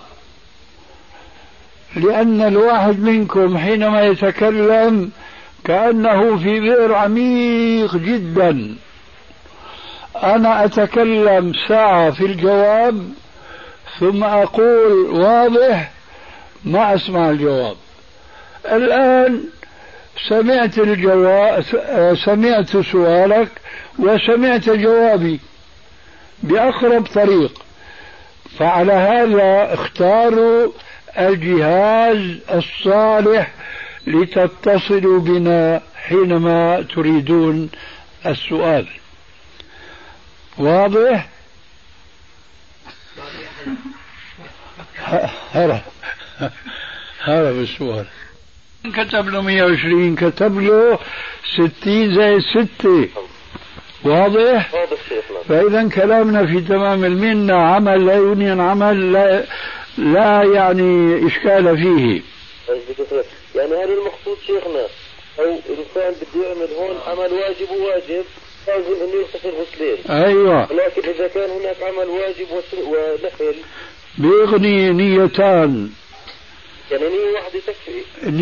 لأن الواحد منكم حينما يتكلم كأنه في بئر عميق جدا. أنا أتكلم ساعة في الجواب ثم أقول واضح، ما أسمع الجواب. الآن سمعت الجواب، سمعت سؤالك وسمعت جوابي بأقرب طريق، فعلى هذا اختاروا الجهاز الصالح لتتصلوا بنا حينما تريدون السؤال. واضح؟ هرب السؤال. كتب له 120، كتب له 60 زي 6. واضح؟ فإذا كلامنا في تمام المنة، عمل لا يونين عمل لا يعني إشكال فيه. يعني هذا المقصود شيخنا، أو إنسان بده يعمل هون عمل واجب وواجب لازم إنه يغتسل غسلين. أيوة. لكن إذا كان هناك عمل واجب ونفل بيغني نيتان. يعني نية واحدة تكفي.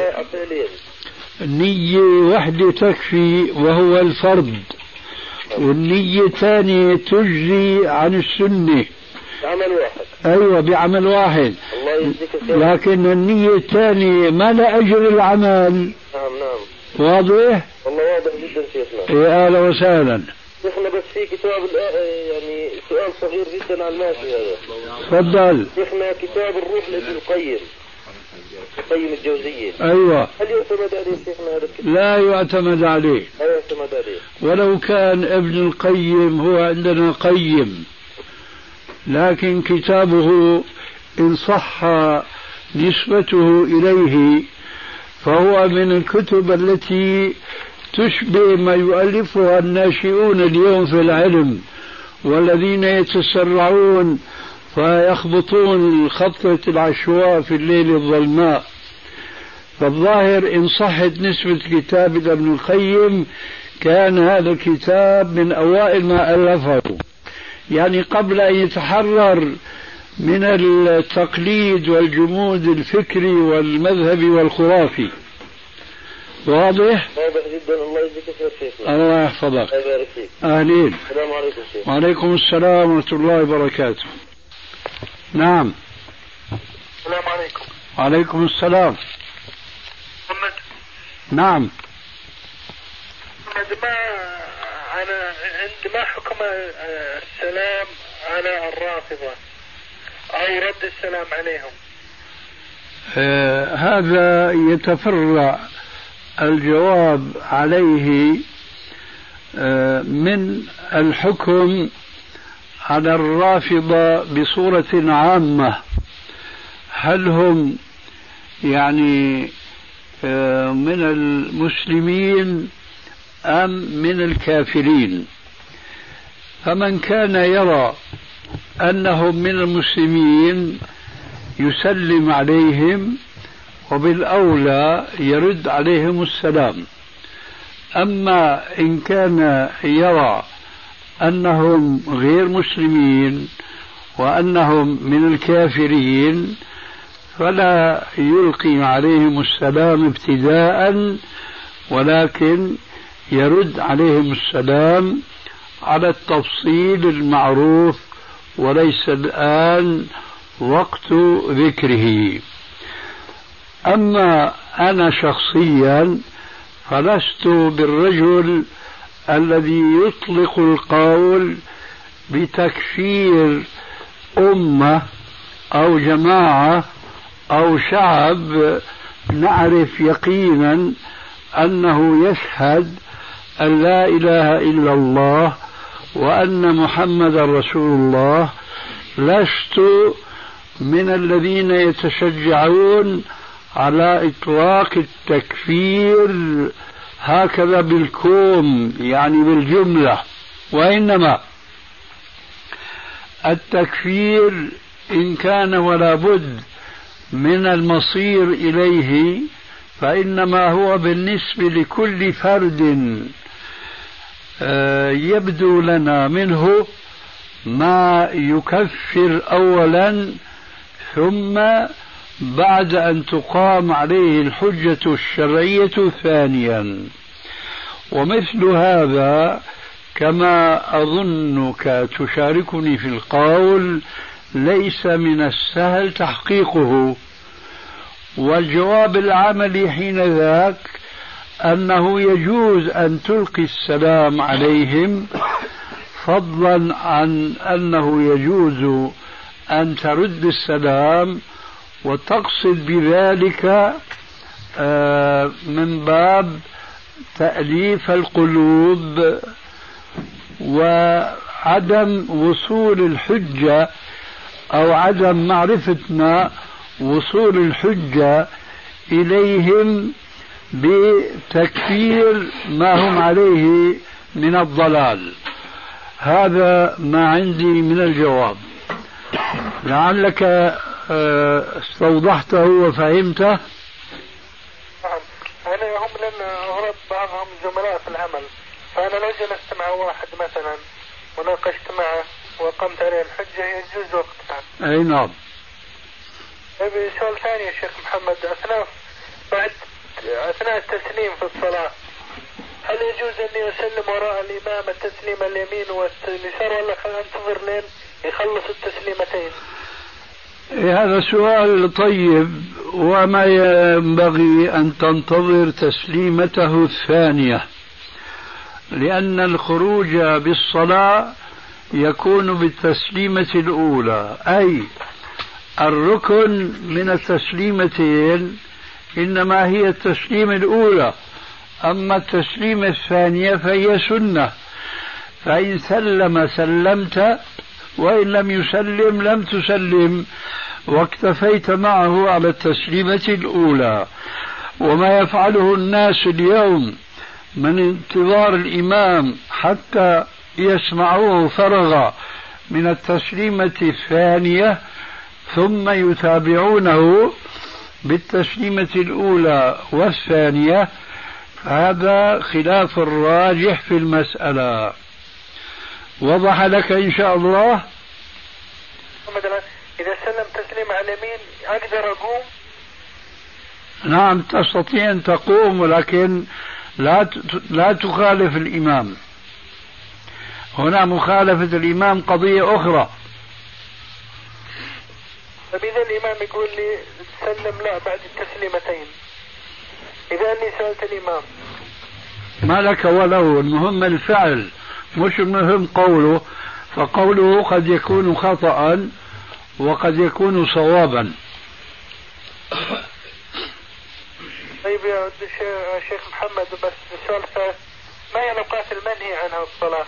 نية واحدة تكفي وهو الفرض، والنية الثانية تجزي عن السنة. بعمل واحد. أيوة بعمل واحد. الله يجزيك الخير. لكن النية الثانية ما لا أجر العمل. نعم. واضح؟ والله واضح جدا شيخنا. يا أهلا وسهلا. شيخنا بس في كتاب يعني سؤال صغير جدا على الماشي هذا. تفضل. شيخنا كتاب الروح لابن القيم الجوزية. أيوة. هل يعتمد عليه شيخنا هذا الكتاب؟ لا يعتمد عليه. لا يعتمد عليه. ولو كان ابن القيم هو عندنا قيم، لكن كتابه إن صح نسبته إليه فهو من الكتب التي تشبه ما يؤلفها الناشئون اليوم في العلم، والذين يتسرعون فيخبطون خطة العشواء في الليل الظلماء. فالظاهر إن صحت نسبة كتاب ابن القيم كان هذا الكتاب من أوائل ما ألفه، يعني قبل أن يتحرر من التقليد والجمود الفكري والمذهبي والخرافي. واضح؟ واضح جدا. الله يجزيك خير شيخنا. الله يحفظك. الله يبارك فيك. أهلين. السلام عليكم شيخ. وعليكم السلام ورحمة الله وبركاته. نعم. السلام عليكم. وعليكم السلام. محمد. نعم. محمد، ما حكم السلام على الرافضة أو رد السلام عليهم؟ هذا يتفرع الجواب عليه من الحكم على الرافضة بصورة عامة. هل هم يعني من المسلمين أم من الكافرين؟ فمن كان يرى أنهم من المسلمين يسلم عليهم، وبالأولى يرد عليهم السلام. أما إن كان يرى أنهم غير مسلمين وأنهم من الكافرين فلا يلقي عليهم السلام ابتداء، ولكن يرد عليهم السلام على التفصيل المعروف، وليس الآن وقت ذكره. أما أنا شخصيا فلست بالرجل الذي يطلق القول بتكفير أمة أو جماعة أو شعب نعرف يقينا أنه يشهد أن لا إله إلا الله وأن محمد رسول الله. لست من الذين يتشجعون على إطلاق التكفير هكذا بالكوم، يعني بالجملة، وإنما التكفير إن كان ولا بد من المصير إليه فإنما هو بالنسبة لكل فرد يبدو لنا منه ما يكفر أولا، ثم بعد أن تقام عليه الحجة الشرعية ثانيا. ومثل هذا كما أظنك تشاركني في القول ليس من السهل تحقيقه. والجواب العملي حين ذاك أنه يجوز أن تلقي السلام عليهم، فضلا عن أنه يجوز أن ترد السلام وتقصد بذلك من باب تأليف القلوب وعدم وصول الحجة أو عدم معرفتنا وصول الحجة إليهم بتكفير ما هم عليه من الضلال. هذا ما عندي من الجواب، لعلك استوضحته وفهمته. أنا هم لأن أغرب بعضهم زملاء في العمل، فأنا لو جلست مع واحد مثلا وناقشت معه وقمت عليه الحجة يجوز وقتها. أي نعم. سؤال ثاني يا شيخ محمد، أثناء التسليم في الصلاة هل يجوز أني أسلم وراء الإمام التسليم اليمين واليسار، ولا أنتظر لين يخلص التسليمتين؟ هذا سؤال طيب، وما ينبغي أن تنتظر تسليمته الثانية، لأن الخروج بالصلاة يكون بالتسليمة الأولى، أي الركن من التسليمتين إنما هي التسليمة الأولى، أما التسليمة الثانية فهي سنة، فإن سلم سلمت، وإن لم يسلم لم تسلم، واكتفيت معه على التسليمة الأولى. وما يفعله الناس اليوم من انتظار الإمام حتى يسمعوه فرغ من التسليمة الثانية ثم يتابعونه بالتسليمة الأولى والثانية، هذا خلاف الراجح في المسألة. وضح لك إن شاء الله؟ إذا سلم تسليم على اليمين أقدر أقوم؟ نعم تستطيع أن تقوم، ولكن لا تخالف الإمام. هنا مخالفة الإمام قضية أخرى. طيب إذا الإمام يقول لي تسلم لا بعد التسليمتين، إذا أني سألت الإمام ما لك وله، المهم الفعل مش المهم قوله، فقوله قد يكون خطأ وقد يكون صوابا. طيب يا شيخ محمد، بس السؤال ما هي الأوقات المنهي عنها الصلاة؟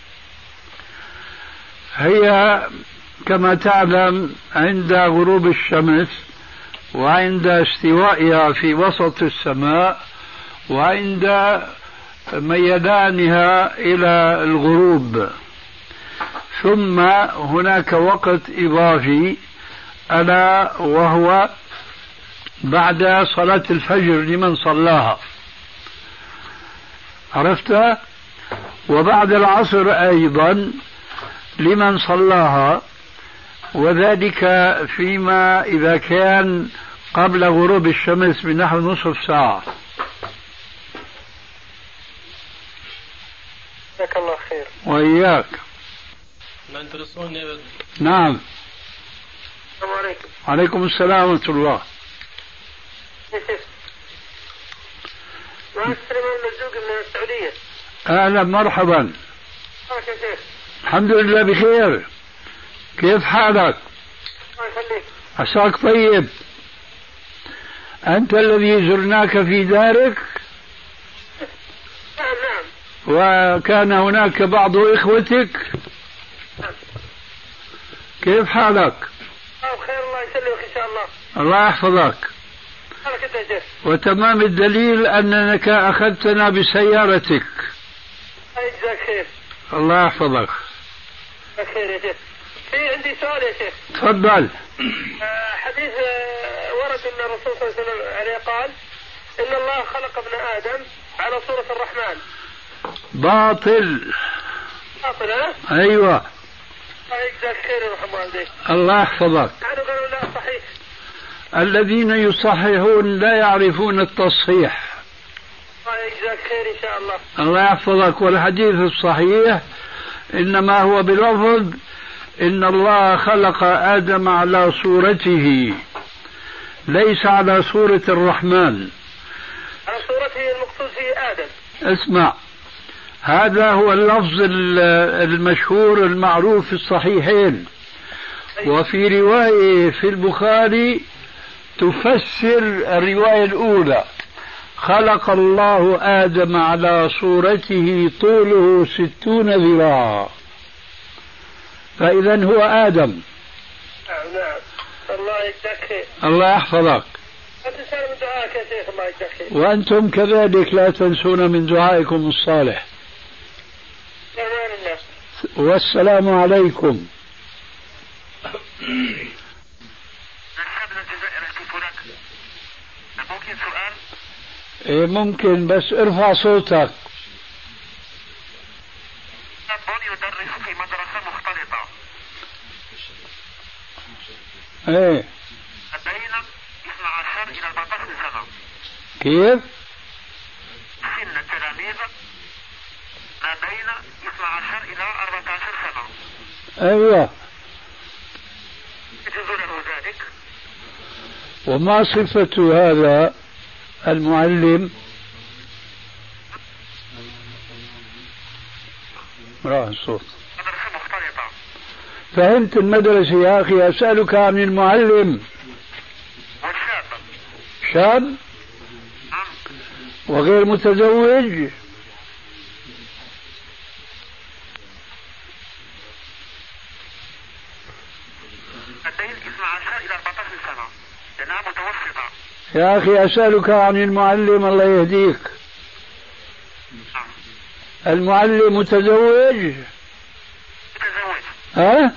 هي كما تعلم عند غروب الشمس، وعند استوائها في وسط السماء، وعند ميلانها إلى الغروب. ثم هناك وقت إضافي ألا وهو بعد صلاة الفجر لمن صلاها. عرفتها؟ وبعد العصر أيضا لمن صلاها، وذلك فيما إذا كان قبل غروب الشمس بنحو نصف ساعة. جزاك الله خير. وإياك. نعم. السلام عليكم. عليكم السلام ورحمة الله. معك سليمان المرزوقي من السعودية. أهلا مرحبا. كيف؟ الحمد لله بخير. كيف حالك؟ الله يخليك. عساك طيب. أنت الذي زرناك في دارك؟ نعم. وكان هناك بعض إخوتك؟ نعم. كيف حالك؟ بخير الله يسلمك إن شاء الله. الله يحفظك. وتمام الدليل أنك أخذتنا بسيارتك. جزاك خير. الله يحفظك. خير يا شيخ. في عندي سؤال يا شيخ. تفضل. حديث ورد أن الرسول صلى الله عليه وسلم عليه قال إن الله خلق ابن آدم على صورة الرحمن. باطل. باطل ها؟ أيوة. جزاك خير يا محمد والديك. الله يحفظك. قالوا لا صحيح. الذين يصححون لا يعرفون التصحيح. جزاك خير إن شاء الله. الله يحفظك. والحديث الصحيح إنما هو بلفظ إن الله خلق آدم على صورته ليس على صورة الرحمن. على صورته المقصود فيه آدم. اسمع، هذا هو اللفظ المشهور المعروف في الصحيحين. وفي رواية في البخاري تفسر الرواية الأولى: خلق الله آدم على صورته طوله 60 ذراعا. فإذا هو آدم. نعم. الله يجزاك خير. الله يحفظك. أنت تسأل من دعائك يا شيخ. الله يجزاك خير. وأنتم كذلك لا تنسون من دعائكم الصالح. أمان الله. والسلام عليكم. ممكن سؤال؟ إيه ممكن، بس ارفع صوتك. شاب يدرس في مدرسة مختلطة. ايه. بين 12 إلى 14 سنة. كيف؟ سن التلاميذ ما بين 12 إلى 14 سنة. ايوه. يجوز له ذلك؟ وما صفة هذا المعلم؟ راح الصوت. مدرسة مختلطة. فهمت المدرسة يا أخي. أسألك عن المعلم. والشاب. شاب وغير متزوج. بين 12 إلى 14 سنة. لأنها متوسطة. يا أخي أسألك عن المعلم الله يهديك. المعلم متزوج؟ متزوج. ها؟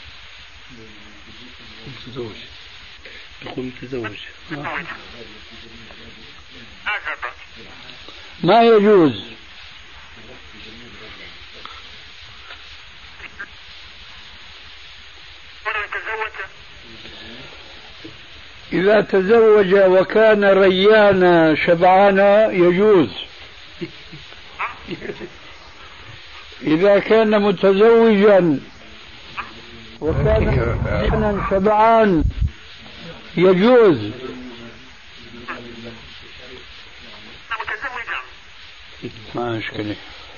متزوج. يقول متزوج. ما يجوز. إذا تزوج وكان ريانا شبعانا يجوز. إذا كان متزوجا وكان ريانا شبعان يجوز. ما مشكلة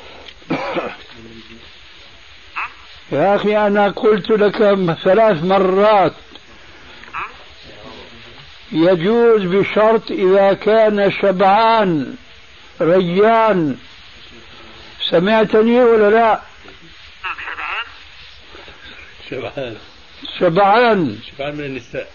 يا أخي. أنا قلت لك 3 مرات يجوز بشرط إذا كان شبعان ريان. سمعتني ولا لا؟ شبعان من النساء.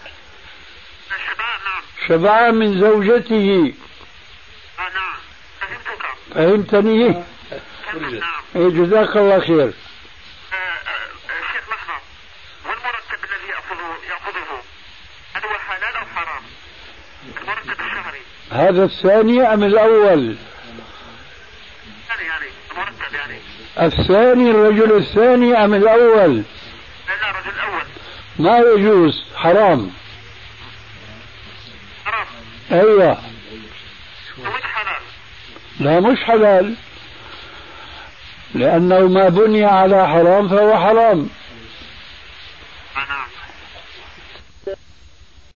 شبعان من زوجته. نعم. فهمتني؟ جزاك الله خير. شيخ لحظة. والمرتب الذي يأخذه هل هو حلال أو حرام؟ المرتب الشهري. هذا الثاني أم الأول؟ الثاني الرجل الثاني أم الأول؟ لا الرجل الأول. ما يجوز، حرام. حرام. أيوة. مش حلال. لا مش حلال، لأنه ما بني على حرام فهو حرام.